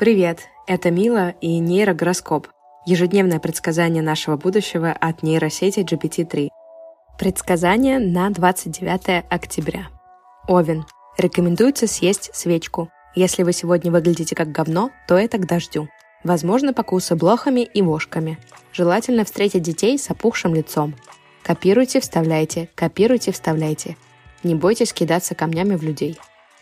Привет, это Мила и нейрогороскоп. Ежедневное предсказание нашего будущего от нейросети GPT-3. Предсказание на 29 октября. Овен. Рекомендуется съесть свечку. Если вы сегодня выглядите как говно, то это к дождю. Возможно, покусы блохами и вошками. Желательно встретить детей с опухшим лицом. Копируйте, вставляйте, копируйте, вставляйте. Не бойтесь кидаться камнями в людей.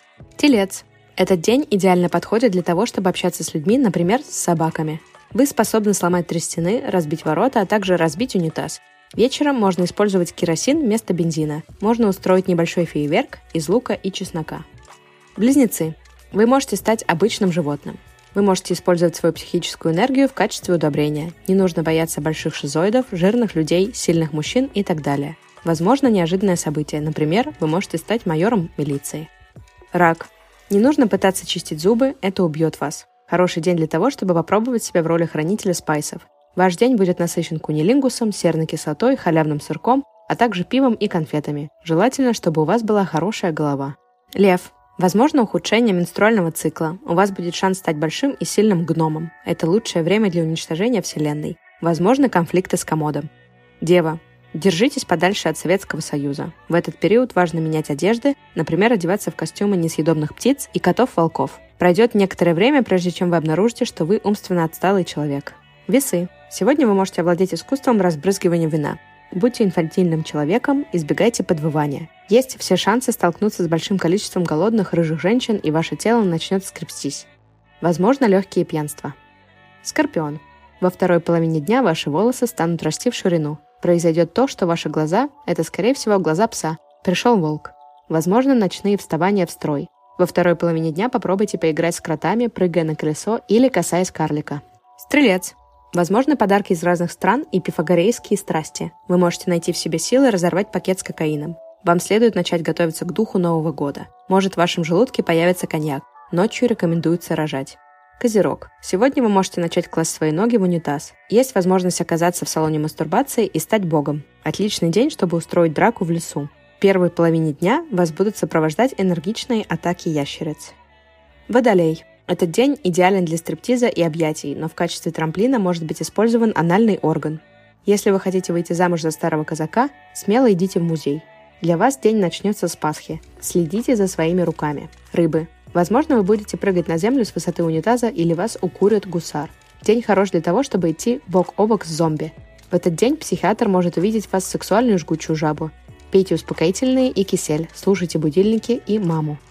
Телец. Этот день идеально подходит для того, чтобы общаться с людьми, например, с собаками. Вы способны сломать 3 стены, разбить ворота, а также разбить унитаз. Вечером можно использовать керосин вместо бензина. Можно устроить небольшой фейерверк из лука и чеснока. Близнецы. Вы можете стать обычным животным. Вы можете использовать свою психическую энергию в качестве удобрения. Не нужно бояться больших шизоидов, жирных людей, сильных мужчин и так далее. Возможно, неожиданное событие. Например, вы можете стать майором милиции. Рак. Не нужно пытаться чистить зубы, это убьет вас. Хороший день для того, чтобы попробовать себя в роли хранителя спайсов. Ваш день будет насыщен кунилингусом, серной кислотой, халявным сырком, а также пивом и конфетами. Желательно, чтобы у вас была хорошая голова. Лев. Возможно ухудшение менструального цикла. У вас будет шанс стать большим и сильным гномом. Это лучшее время для уничтожения Вселенной. Возможно конфликты с комодом. Дева. Держитесь подальше от Советского Союза. В этот период важно менять одежды, например, одеваться в костюмы несъедобных птиц и котов-волков. Пройдет некоторое время, прежде чем вы обнаружите, что вы умственно отсталый человек. Весы. Сегодня вы можете овладеть искусством разбрызгивания вина. Будьте инфантильным человеком, избегайте подвывания. Есть все шансы столкнуться с большим количеством голодных рыжих женщин, и ваше тело начнет скрестись. Возможно, легкие пьянства. Скорпион. Во второй половине дня ваши волосы станут расти в ширину. Произойдет то, что ваши глаза – это, скорее всего, глаза пса. Пришел волк. Возможно, ночные вставания в строй. Во второй половине дня попробуйте поиграть с кротами, прыгая на колесо или касаясь карлика. Стрелец. Возможно, подарки из разных стран и пифагорейские страсти. Вы можете найти в себе силы разорвать пакет с кокаином. Вам следует начать готовиться к духу Нового года. Может, в вашем желудке появится коньяк. Ночью рекомендуется рожать. Козерог. Сегодня вы можете начать класть свои ноги в унитаз. Есть возможность оказаться в салоне мастурбации и стать богом. Отличный день, чтобы устроить драку в лесу. В первой половине дня вас будут сопровождать энергичные атаки ящериц. Водолей. Этот день идеален для стриптиза и объятий, но в качестве трамплина может быть использован анальный орган. Если вы хотите выйти замуж за старого казака, смело идите в музей. Для вас день начнется с Пасхи. Следите за своими руками. Рыбы. Возможно, вы будете прыгать на землю с высоты унитаза или вас укурит гусар. День хорош для того, чтобы идти бок о бок с зомби. В этот день психиатр может увидеть в вас сексуальную жгучую жабу. Пейте успокоительные и кисель, слушайте будильники и маму.